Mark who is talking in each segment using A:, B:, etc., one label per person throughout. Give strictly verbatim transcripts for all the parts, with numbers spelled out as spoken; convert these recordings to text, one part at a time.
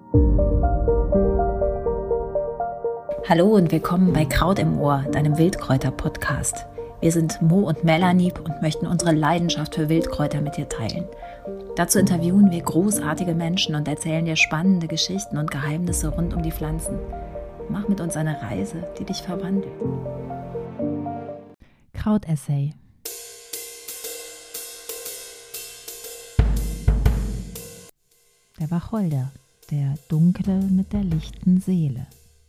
A: Hallo und willkommen bei Kraut im Ohr, deinem Wildkräuter-Podcast. Wir sind Mo und Melanie und möchten unsere Leidenschaft für Wildkräuter mit dir teilen. Dazu interviewen wir großartige Menschen und erzählen dir spannende Geschichten und Geheimnisse rund um die Pflanzen. Mach mit uns eine Reise, die dich verwandelt.
B: Kraut-Essay. Der Wacholder, der Dunkle mit der lichten Seele.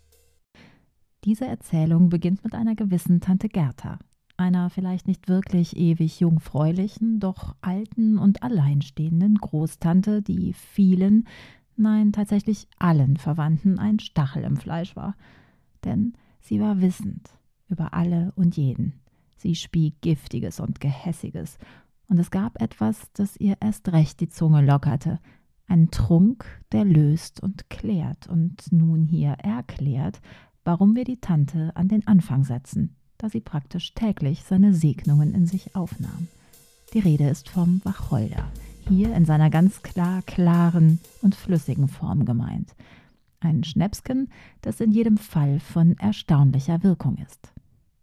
B: Diese Erzählung beginnt mit einer gewissen Tante Gerta, einer vielleicht nicht wirklich ewig jungfräulichen, doch alten und alleinstehenden Großtante, die vielen, nein tatsächlich allen Verwandten ein Stachel im Fleisch war. Denn sie war wissend über alle und jeden. Sie spie Giftiges und Gehässiges, und es gab etwas, das ihr erst recht die Zunge lockerte. Ein Trunk, der löst und klärt und nun hier erklärt, warum wir die Tante an den Anfang setzen, da sie praktisch täglich seine Segnungen in sich aufnahm. Die Rede ist vom Wacholder, hier in seiner ganz klar klaren und flüssigen Form gemeint. Ein Schnäpsken, das in jedem Fall von erstaunlicher Wirkung ist.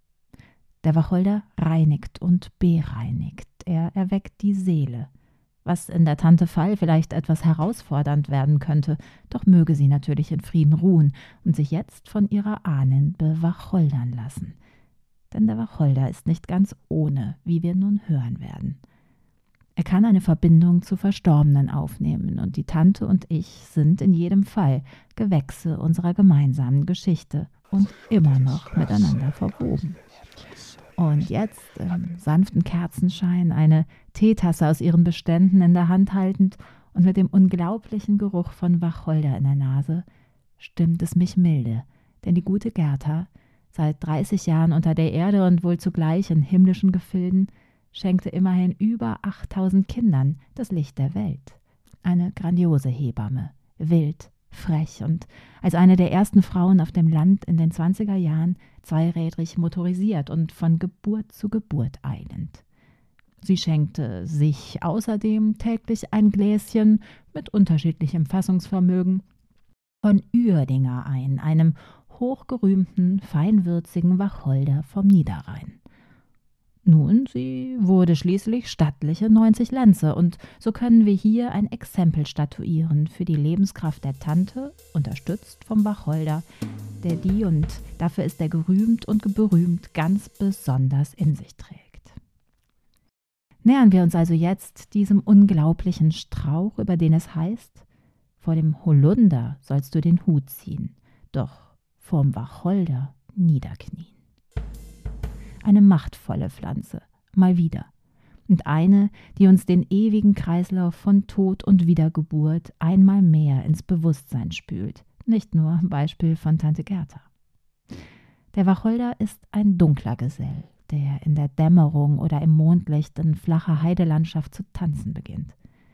B: Der Wacholder reinigt und bereinigt, er erweckt die Seele. Was in der Tante Fall vielleicht etwas herausfordernd werden könnte, doch möge sie natürlich in Frieden ruhen und sich jetzt von ihrer Ahnen bewacholdern lassen. Denn der Wacholder ist nicht ganz ohne, wie wir nun hören werden. Er kann eine Verbindung zu Verstorbenen aufnehmen, und die Tante und ich sind in jedem Fall Gewächse unserer gemeinsamen Geschichte und immer noch miteinander verwoben. Und jetzt, im sanften Kerzenschein, eine Teetasse aus ihren Beständen in der Hand haltend und mit dem unglaublichen Geruch von Wacholder in der Nase, stimmt es mich milde, denn die gute Gerta, seit dreißig Jahren unter der Erde und wohl zugleich in himmlischen Gefilden, schenkte immerhin über achttausend Kindern das Licht der Welt. Eine grandiose Hebamme, wild, frech und als eine der ersten Frauen auf dem Land in den zwanziger Jahren zweirädrig motorisiert und von Geburt zu Geburt eilend. Sie schenkte sich außerdem täglich ein Gläschen mit unterschiedlichem Fassungsvermögen von Uerdinger ein, einem hochgerühmten, feinwürzigen Wacholder vom Niederrhein. Nun, sie wurde schließlich stattliche neunzig Lenze, und so können wir hier ein Exempel statuieren für die Lebenskraft der Tante, unterstützt vom Wacholder, der die, und dafür ist er gerühmt und berühmt, ganz besonders in sich trägt. Nähern wir uns also jetzt diesem unglaublichen Strauch, über den es heißt: Vor dem Holunder sollst du den Hut ziehen, doch vorm Wacholder niederknien. Eine machtvolle Pflanze, mal wieder, und eine, die uns den ewigen Kreislauf von Tod und Wiedergeburt einmal mehr ins Bewusstsein spült, nicht nur am Beispiel von Tante Gerta. Der Wacholder ist ein dunkler Gesell, der in der Dämmerung oder im Mondlicht in flacher Heidelandschaft zu tanzen beginnt.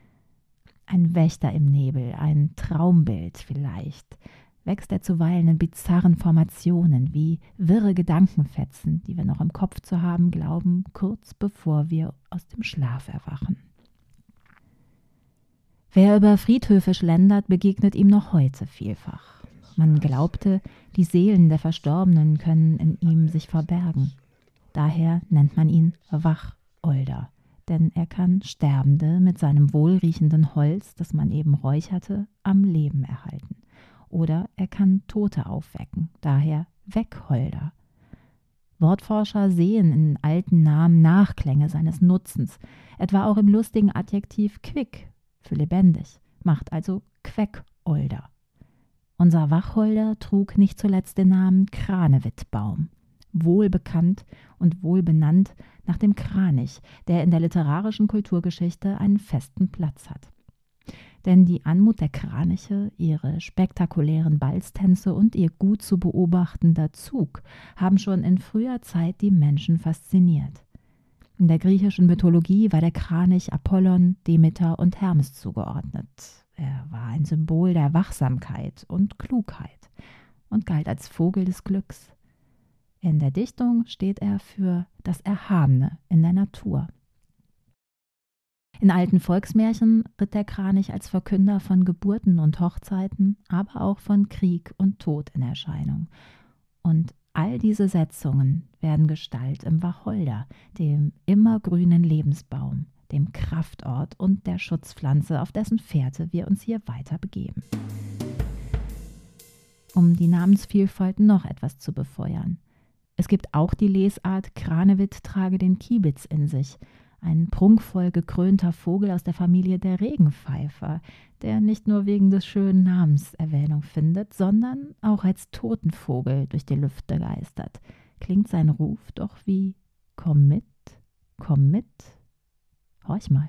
B: Ein Wächter im Nebel, ein Traumbild vielleicht, wächst er zuweilen in bizarren Formationen wie wirre Gedankenfetzen, die wir noch im Kopf zu haben glauben, kurz bevor wir aus dem Schlaf erwachen. Wer über Friedhöfe schlendert, begegnet ihm noch heute vielfach. Man glaubte, die Seelen der Verstorbenen können in ihm sich verbergen. Daher nennt man ihn Wacholder, denn er kann Sterbende mit seinem wohlriechenden Holz, das man eben räucherte, am Leben erhalten. Oder er kann Tote aufwecken, daher Weckholder. Wortforscher sehen in alten Namen Nachklänge seines Nutzens, etwa auch im lustigen Adjektiv quick für lebendig, macht also Queckolder. Unser Wacholder trug nicht zuletzt den Namen Kranewittbaum, wohlbekannt und wohlbenannt nach dem Kranich, der in der literarischen Kulturgeschichte einen festen Platz hat. Denn die Anmut der Kraniche, ihre spektakulären Balztänze und ihr gut zu beobachtender Zug haben schon in früher Zeit die Menschen fasziniert. In der griechischen Mythologie war der Kranich Apollon, Demeter und Hermes zugeordnet. Er war ein Symbol der Wachsamkeit und Klugheit und galt als Vogel des Glücks. In der Dichtung steht er für das Erhabene in der Natur. In alten Volksmärchen tritt der Kranich als Verkünder von Geburten und Hochzeiten, aber auch von Krieg und Tod in Erscheinung. Und all diese Setzungen werden Gestalt im Wacholder, dem immergrünen Lebensbaum, dem Kraftort und der Schutzpflanze, auf dessen Fährte wir uns hier weiter begeben. Um die Namensvielfalt noch etwas zu befeuern. Es gibt auch die Lesart, Kranewitt trage den Kiebitz in sich, ein prunkvoll gekrönter Vogel aus der Familie der Regenpfeifer, der nicht nur wegen des schönen Namens Erwähnung findet, sondern auch als Totenvogel durch die Lüfte geistert. Klingt sein Ruf doch wie »Komm mit, komm mit«. Horch mal.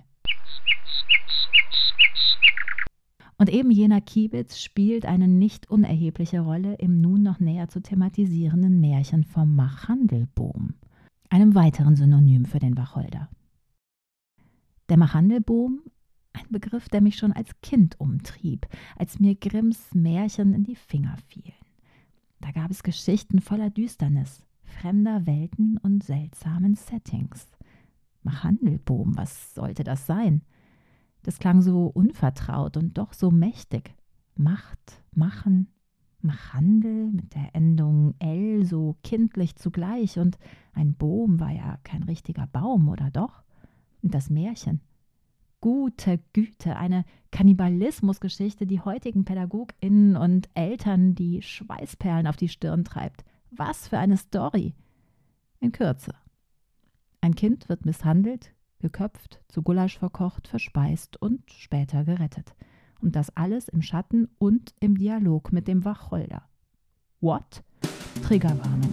B: Und eben jener Kiebitz spielt eine nicht unerhebliche Rolle im nun noch näher zu thematisierenden Märchen vom Machandelboom, einem weiteren Synonym für den Wacholder. Der Machandelboom, ein Begriff, der mich schon als Kind umtrieb, als mir Grimms Märchen in die Finger fielen. Da gab es Geschichten voller Düsternis, fremder Welten und seltsamen Settings. Machandelboom, was sollte das sein? Das klang so unvertraut und doch so mächtig. Macht, machen, Machandel mit der Endung L so kindlich zugleich, und ein Boom war ja kein richtiger Baum, oder doch? Und das Märchen. Gute Güte, eine Kannibalismusgeschichte, die heutigen PädagogInnen und Eltern die Schweißperlen auf die Stirn treibt. Was für eine Story! In Kürze. Ein Kind wird misshandelt, geköpft, zu Gulasch verkocht, verspeist und später gerettet. Und das alles im Schatten und im Dialog mit dem Wacholder. What? Triggerwarnung.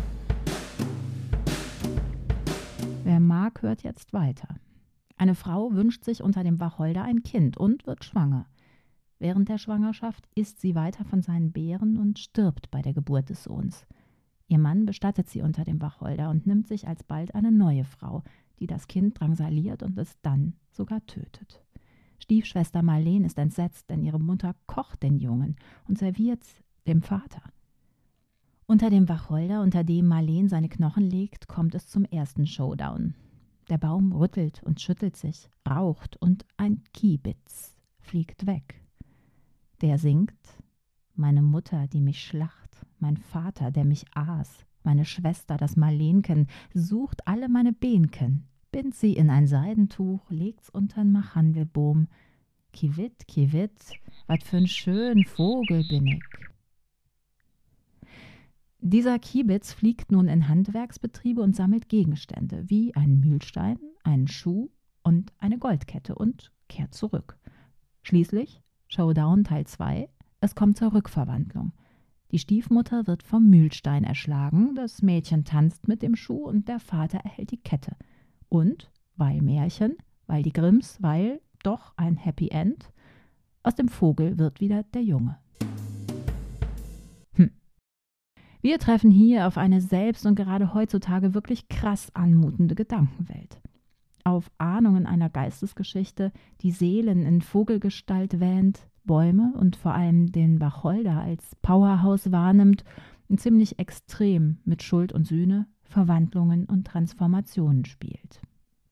B: Wer mag, hört jetzt weiter. Eine Frau wünscht sich unter dem Wacholder ein Kind und wird schwanger. Während der Schwangerschaft isst sie weiter von seinen Beeren und stirbt bei der Geburt des Sohns. Ihr Mann bestattet sie unter dem Wacholder und nimmt sich alsbald eine neue Frau, die das Kind drangsaliert und es dann sogar tötet. Stiefschwester Marleen ist entsetzt, denn ihre Mutter kocht den Jungen und serviert dem Vater. Unter dem Wacholder, unter dem Marleen seine Knochen legt, kommt es zum ersten Showdown. Der Baum rüttelt und schüttelt sich, raucht und ein Kiebitz fliegt weg. Der singt: Meine Mutter, die mich schlacht, mein Vater, der mich aß, meine Schwester, das Marleenken, sucht alle meine Behnken, bind sie in ein Seidentuch, legt's untern Machandelboom. Kiewit, Kiewit, wat für'n schön Vogel bin ich. Dieser Kiebitz fliegt nun in Handwerksbetriebe und sammelt Gegenstände, wie einen Mühlstein, einen Schuh und eine Goldkette, und kehrt zurück. Schließlich, Showdown Teil zwei, es kommt zur Rückverwandlung. Die Stiefmutter wird vom Mühlstein erschlagen, das Mädchen tanzt mit dem Schuh und der Vater erhält die Kette. Und, weil Märchen, weil die Grimms, weil doch ein Happy End, aus dem Vogel wird wieder der Junge. Hm. Wir treffen hier auf eine selbst und gerade heutzutage wirklich krass anmutende Gedankenwelt. Auf Ahnungen einer Geistesgeschichte, die Seelen in Vogelgestalt wähnt, Bäume und vor allem den Wacholder als Powerhouse wahrnimmt und ziemlich extrem mit Schuld und Sühne, Verwandlungen und Transformationen spielt.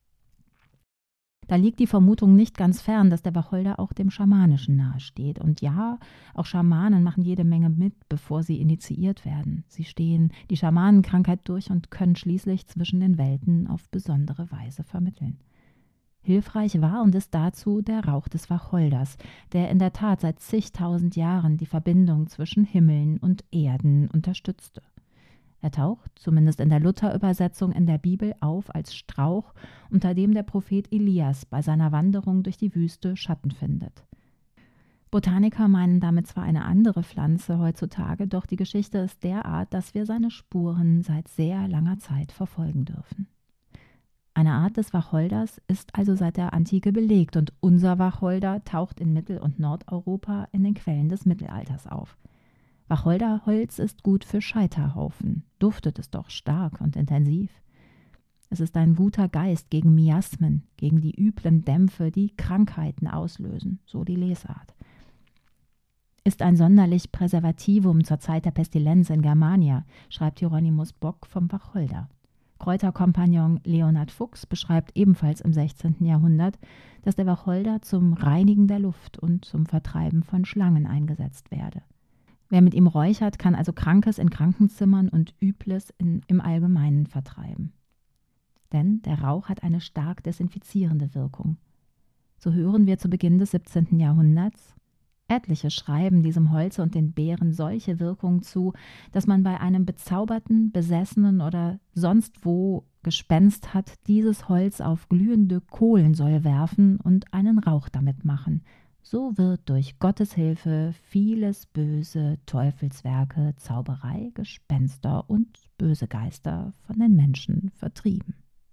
B: Da liegt die Vermutung nicht ganz fern, dass der Wacholder auch dem Schamanischen nahesteht. Und ja, auch Schamanen machen jede Menge mit, bevor sie initiiert werden. Sie stehen die Schamanenkrankheit durch und können schließlich zwischen den Welten auf besondere Weise vermitteln. Hilfreich war und ist dazu der Rauch des Wacholders, der in der Tat seit zigtausend Jahren die Verbindung zwischen Himmeln und Erden unterstützte. Er taucht, zumindest in der Luther-Übersetzung, in der Bibel auf als Strauch, unter dem der Prophet Elias bei seiner Wanderung durch die Wüste Schatten findet. Botaniker meinen damit zwar eine andere Pflanze heutzutage, doch die Geschichte ist derart, dass wir seine Spuren seit sehr langer Zeit verfolgen dürfen. Eine Art des Wacholders ist also seit der Antike belegt und unser Wacholder taucht in Mittel- und Nordeuropa in den Quellen des Mittelalters auf. Wacholderholz ist gut für Scheiterhaufen, duftet es doch stark und intensiv. Es ist ein guter Geist gegen Miasmen, gegen die üblen Dämpfe, die Krankheiten auslösen, so die Lesart. Ist ein sonderlich Präservativum zur Zeit der Pestilenz in Germania, schreibt Hieronymus Bock vom Wacholder. Kräuterkompagnon Leonhard Fuchs beschreibt ebenfalls im sechzehnten Jahrhundert, dass der Wacholder zum Reinigen der Luft und zum Vertreiben von Schlangen eingesetzt werde. Wer mit ihm räuchert, kann also Krankes in Krankenzimmern und Übles in, im Allgemeinen vertreiben. Denn der Rauch hat eine stark desinfizierende Wirkung. So hören wir zu Beginn des siebzehnten Jahrhunderts: Etliche schreiben diesem Holze und den Beeren solche Wirkung zu, dass man bei einem bezauberten, besessenen oder sonst wo Gespenst hat, dieses Holz auf glühende Kohlen soll werfen und einen Rauch damit machen. So wird durch Gottes Hilfe vieles böse Teufelswerke, Zauberei, Gespenster und böse Geister von den Menschen vertrieben.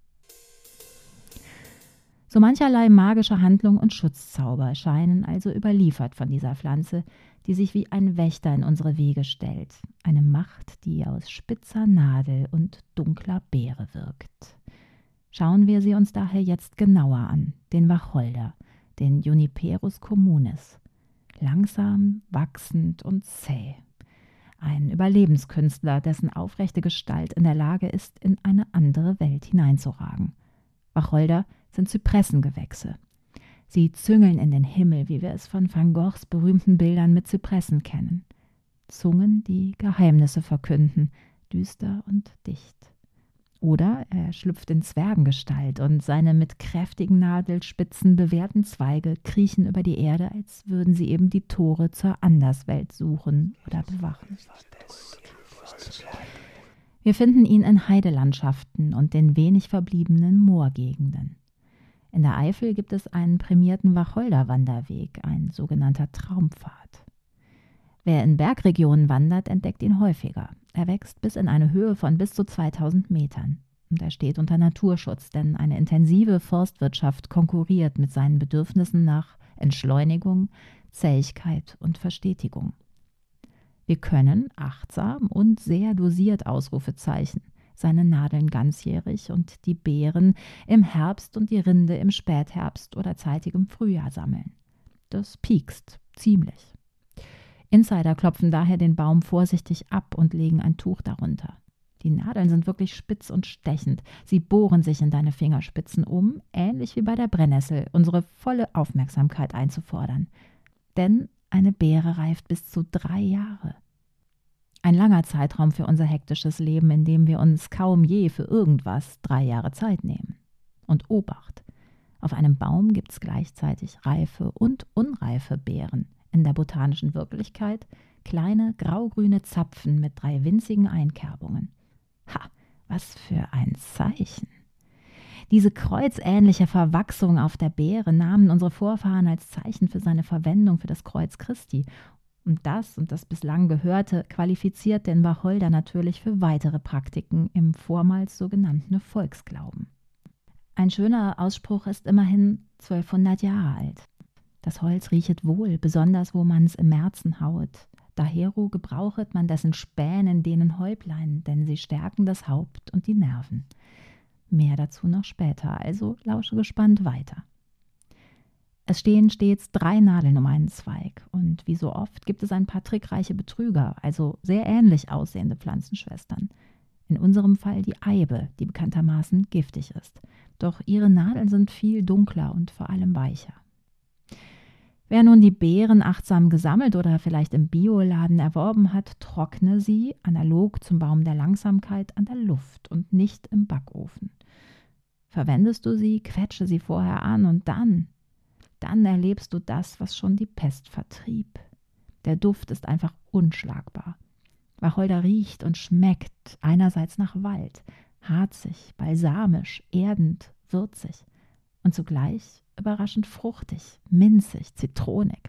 B: So mancherlei magische Handlung und Schutzzauber scheinen also überliefert von dieser Pflanze, die sich wie ein Wächter in unsere Wege stellt, eine Macht, die aus spitzer Nadel und dunkler Beere wirkt. Schauen wir sie uns daher jetzt genauer an, den Wacholder, den Juniperus communis, langsam, wachsend und zäh. Ein Überlebenskünstler, dessen aufrechte Gestalt in der Lage ist, in eine andere Welt hineinzuragen. Wacholder sind Zypressengewächse. Sie züngeln in den Himmel, wie wir es von Van Goghs berühmten Bildern mit Zypressen kennen. Zungen, die Geheimnisse verkünden, düster und dicht. Oder er schlüpft in Zwergengestalt und seine mit kräftigen Nadelspitzen bewehrten Zweige kriechen über die Erde, als würden sie eben die Tore zur Anderswelt suchen oder bewachen. Wir finden ihn in Heidelandschaften und den wenig verbliebenen Moorgegenden. In der Eifel gibt es einen prämierten Wacholderwanderweg, ein sogenannter Traumpfad. Wer in Bergregionen wandert, entdeckt ihn häufiger. Er wächst bis in eine Höhe von bis zu zweitausend Metern. Und er steht unter Naturschutz, denn eine intensive Forstwirtschaft konkurriert mit seinen Bedürfnissen nach Entschleunigung, Zähigkeit und Verstetigung. Wir können achtsam und sehr dosiert Ausrufezeichen, seine Nadeln ganzjährig und die Beeren im Herbst und die Rinde im Spätherbst oder zeitigem Frühjahr sammeln. Das piekst ziemlich. Insider klopfen daher den Baum vorsichtig ab und legen ein Tuch darunter. Die Nadeln sind wirklich spitz und stechend. Sie bohren sich in deine Fingerspitzen, um, ähnlich wie bei der Brennnessel, unsere volle Aufmerksamkeit einzufordern. Denn eine Beere reift bis zu drei Jahre. Ein langer Zeitraum für unser hektisches Leben, in dem wir uns kaum je für irgendwas drei Jahre Zeit nehmen. Und Obacht! Auf einem Baum gibt es gleichzeitig reife und unreife Beeren. In der botanischen Wirklichkeit kleine graugrüne Zapfen mit drei winzigen Einkerbungen. Ha, was für ein Zeichen! Diese kreuzähnliche Verwachsung auf der Beere nahmen unsere Vorfahren als Zeichen für seine Verwendung für das Kreuz Christi. Und das und das bislang Gehörte qualifiziert den Wacholder natürlich für weitere Praktiken im vormals sogenannten Volksglauben. Ein schöner Ausspruch ist immerhin zwölfhundert Jahre alt. Das Holz riechet wohl, besonders wo man's im Märzen hauet. Dahero gebrauchet man dessen Spähen in denen Häuplein, denn sie stärken das Haupt und die Nerven. Mehr dazu noch später, also lausche gespannt weiter. Es stehen stets drei Nadeln um einen Zweig und wie so oft gibt es ein paar trickreiche Betrüger, also sehr ähnlich aussehende Pflanzenschwestern. In unserem Fall die Eibe, die bekanntermaßen giftig ist. Doch ihre Nadeln sind viel dunkler und vor allem weicher. Wer nun die Beeren achtsam gesammelt oder vielleicht im Bioladen erworben hat, trockne sie, analog zum Baum der Langsamkeit, an der Luft und nicht im Backofen. Verwendest du sie, quetsche sie vorher an und dann, dann erlebst du das, was schon die Pest vertrieb. Der Duft ist einfach unschlagbar. Wacholder riecht und schmeckt einerseits nach Wald, harzig, balsamisch, erdend, würzig und zugleich überraschend fruchtig, minzig, zitronig.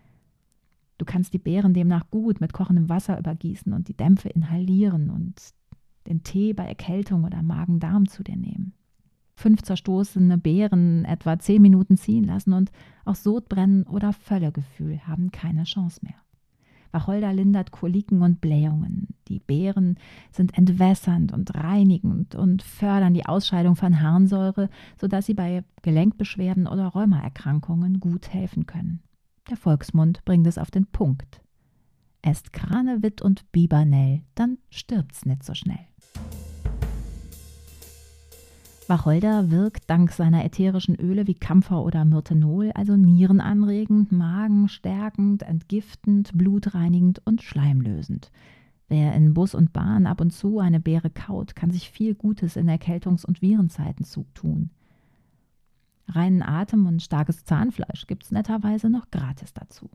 B: Du kannst die Beeren demnach gut mit kochendem Wasser übergießen und die Dämpfe inhalieren und den Tee bei Erkältung oder Magen-Darm zu dir nehmen. Fünf zerstoßene Beeren etwa zehn Minuten ziehen lassen und auch Sodbrennen oder Völlegefühl haben keine Chance mehr. Wacholder lindert Koliken und Blähungen. Die Beeren sind entwässernd und reinigend und fördern die Ausscheidung von Harnsäure, sodass sie bei Gelenkbeschwerden oder Rheumaerkrankungen gut helfen können. Der Volksmund bringt es auf den Punkt. Esst Kranewitt und Bibernell, dann stirbt's nicht so schnell. Wacholder wirkt dank seiner ätherischen Öle wie Kampfer oder Myrtenol, also nierenanregend, magenstärkend, entgiftend, blutreinigend und schleimlösend. Wer in Bus und Bahn ab und zu eine Beere kaut, kann sich viel Gutes in Erkältungs- und Virenzeiten zutun. Reinen Atem und starkes Zahnfleisch gibt's netterweise noch gratis dazu.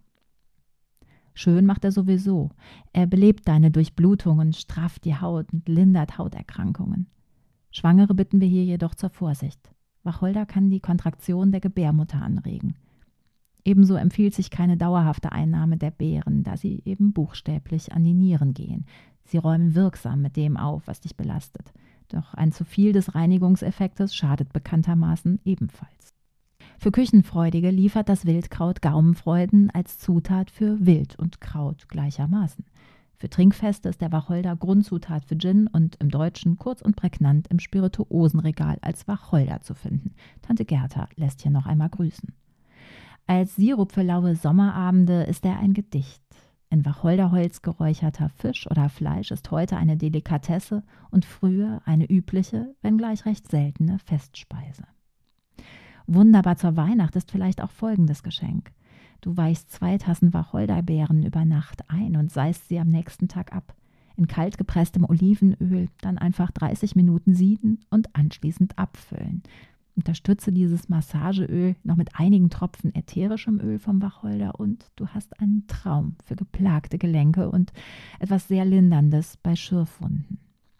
B: Schön macht er sowieso. Er belebt deine Durchblutung und strafft die Haut und lindert Hauterkrankungen. Schwangere bitten wir hier jedoch zur Vorsicht. Wacholder kann die Kontraktion der Gebärmutter anregen. Ebenso empfiehlt sich keine dauerhafte Einnahme der Beeren, da sie eben buchstäblich an die Nieren gehen. Sie räumen wirksam mit dem auf, was dich belastet. Doch ein zu viel des Reinigungseffektes schadet bekanntermaßen ebenfalls. Für Küchenfreudige liefert das Wildkraut Gaumenfreuden als Zutat für Wild und Kraut gleichermaßen. Für Trinkfeste ist der Wacholder Grundzutat für Gin und im Deutschen kurz und prägnant im Spirituosenregal als Wacholder zu finden. Tante Gerta lässt hier noch einmal grüßen. Als Sirup für laue Sommerabende ist er ein Gedicht. In Wacholderholz geräucherter Fisch oder Fleisch ist heute eine Delikatesse und früher eine übliche, wenngleich recht seltene Festspeise. Wunderbar zur Weihnacht ist vielleicht auch folgendes Geschenk. Du weichst zwei Tassen Wacholderbeeren über Nacht ein und seist sie am nächsten Tag ab. In kalt gepresstem Olivenöl dann einfach dreißig Minuten sieden und anschließend abfüllen. Unterstütze dieses Massageöl noch mit einigen Tropfen ätherischem Öl vom Wacholder und du hast einen Traum für geplagte Gelenke und etwas sehr Linderndes bei Schürfwunden.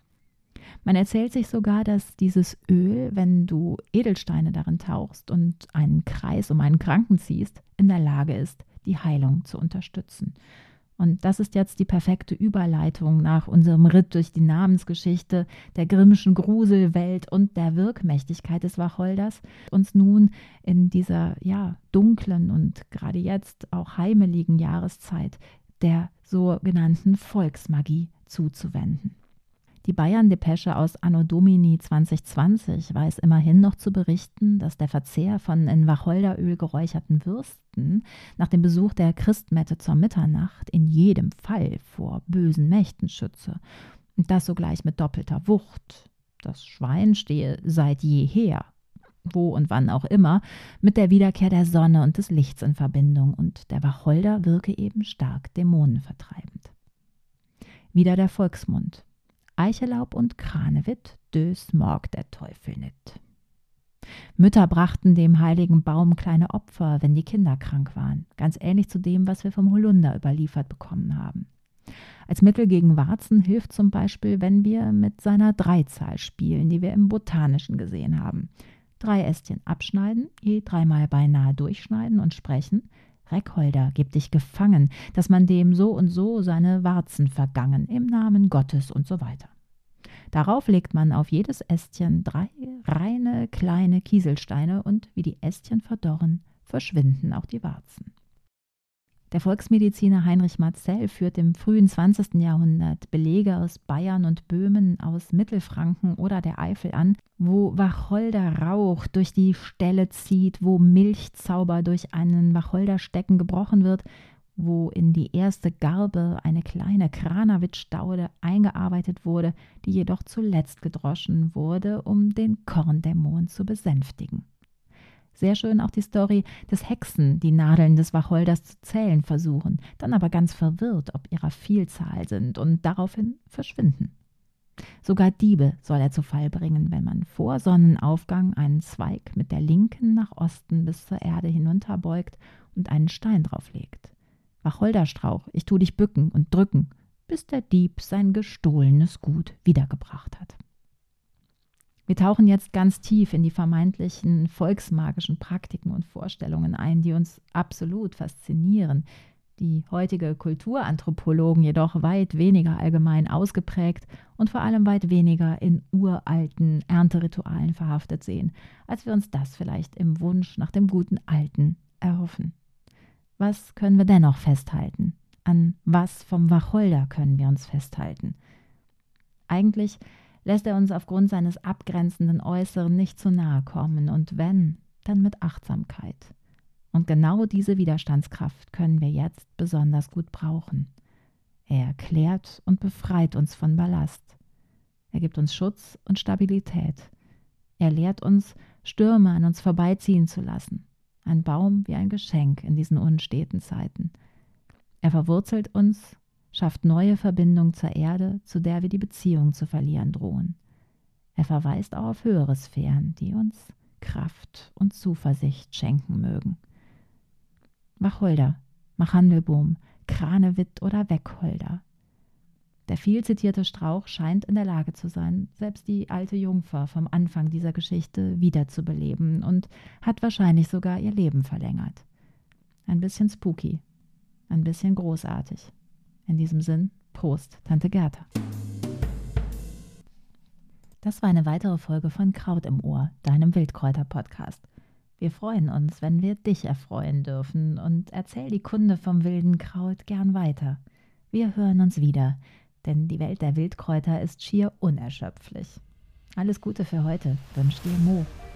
B: Man erzählt sich sogar, dass dieses Öl, wenn du Edelsteine darin tauchst und einen Kreis um einen Kranken ziehst, in der Lage ist, die Heilung zu unterstützen. Und das ist jetzt die perfekte Überleitung nach unserem Ritt durch die Namensgeschichte der Grimmschen Gruselwelt und der Wirkmächtigkeit des Wacholders, uns nun in dieser ja dunklen und gerade jetzt auch heimeligen Jahreszeit der sogenannten Volksmagie zuzuwenden. Die Bayern-Depesche aus Anno Domini zwanzig zwanzig weiß immerhin noch zu berichten, dass der Verzehr von in Wacholderöl geräucherten Würsten nach dem Besuch der Christmette zur Mitternacht in jedem Fall vor bösen Mächten schütze. Und das sogleich mit doppelter Wucht. Das Schwein stehe seit jeher, wo und wann auch immer, mit der Wiederkehr der Sonne und des Lichts in Verbindung und der Wacholder wirke eben stark dämonenvertreibend. Wieder der Volksmund. Eichelaub und Kranewitt, dös morg der Teufel nit. Mütter brachten dem heiligen Baum kleine Opfer, wenn die Kinder krank waren, ganz ähnlich zu dem, was wir vom Holunder überliefert bekommen haben. Als Mittel gegen Warzen hilft zum Beispiel, wenn wir mit seiner Dreizahl spielen, die wir im Botanischen gesehen haben. Drei Ästchen abschneiden, je dreimal beinahe durchschneiden und sprechen: Reckholder, gib dich gefangen, dass man dem so und so seine Warzen vergangen, im Namen Gottes und so weiter. Darauf legt man auf jedes Ästchen drei reine kleine Kieselsteine und wie die Ästchen verdorren, verschwinden auch die Warzen. Der Volksmediziner Heinrich Marcel führt im frühen zwanzigsten Jahrhundert Belege aus Bayern und Böhmen, aus Mittelfranken oder der Eifel an, wo Wacholderrauch durch die Ställe zieht, wo Milchzauber durch einen Wacholderstecken gebrochen wird, wo in die erste Garbe eine kleine Kranawitz-Staude eingearbeitet wurde, die jedoch zuletzt gedroschen wurde, um den Korndämon zu besänftigen. Sehr schön auch die Story des Hexen, die Nadeln des Wacholders zu zählen versuchen, dann aber ganz verwirrt ob ihrer Vielzahl sind und daraufhin verschwinden. Sogar Diebe soll er zu Fall bringen, wenn man vor Sonnenaufgang einen Zweig mit der linken nach Osten bis zur Erde hinunterbeugt und einen Stein drauflegt. Wacholderstrauch, ich tu dich bücken und drücken, bis der Dieb sein gestohlenes Gut wiedergebracht hat. Wir tauchen jetzt ganz tief in die vermeintlichen volksmagischen Praktiken und Vorstellungen ein, die uns absolut faszinieren, die heutige Kulturanthropologen jedoch weit weniger allgemein ausgeprägt und vor allem weit weniger in uralten Ernteritualen verhaftet sehen, als wir uns das vielleicht im Wunsch nach dem guten Alten erhoffen. Was können wir dennoch festhalten? An was vom Wacholder können wir uns festhalten? Eigentlich lässt er uns aufgrund seines abgrenzenden Äußeren nicht zu nahe kommen und wenn, dann mit Achtsamkeit. Und genau diese Widerstandskraft können wir jetzt besonders gut brauchen. Er klärt und befreit uns von Ballast. Er gibt uns Schutz und Stabilität. Er lehrt uns, Stürme an uns vorbeiziehen zu lassen. Ein Baum wie ein Geschenk in diesen unsteten Zeiten. Er verwurzelt uns, schafft neue Verbindungen zur Erde, zu der wir die Beziehung zu verlieren drohen. Er verweist auch auf höhere Sphären, die uns Kraft und Zuversicht schenken mögen. Wacholder, Machandelboom, Kranewitt oder Weckholder. Der viel zitierte Strauch scheint in der Lage zu sein, selbst die alte Jungfer vom Anfang dieser Geschichte wiederzubeleben und hat wahrscheinlich sogar ihr Leben verlängert. Ein bisschen spooky, ein bisschen großartig. In diesem Sinn, Prost, Tante Gerta. Das war eine weitere Folge von Kraut im Ohr, deinem Wildkräuter-Podcast. Wir freuen uns, wenn wir dich erfreuen dürfen und erzähl die Kunde vom wilden Kraut gern weiter. Wir hören uns wieder, denn die Welt der Wildkräuter ist schier unerschöpflich. Alles Gute für heute, wünscht dir Mo.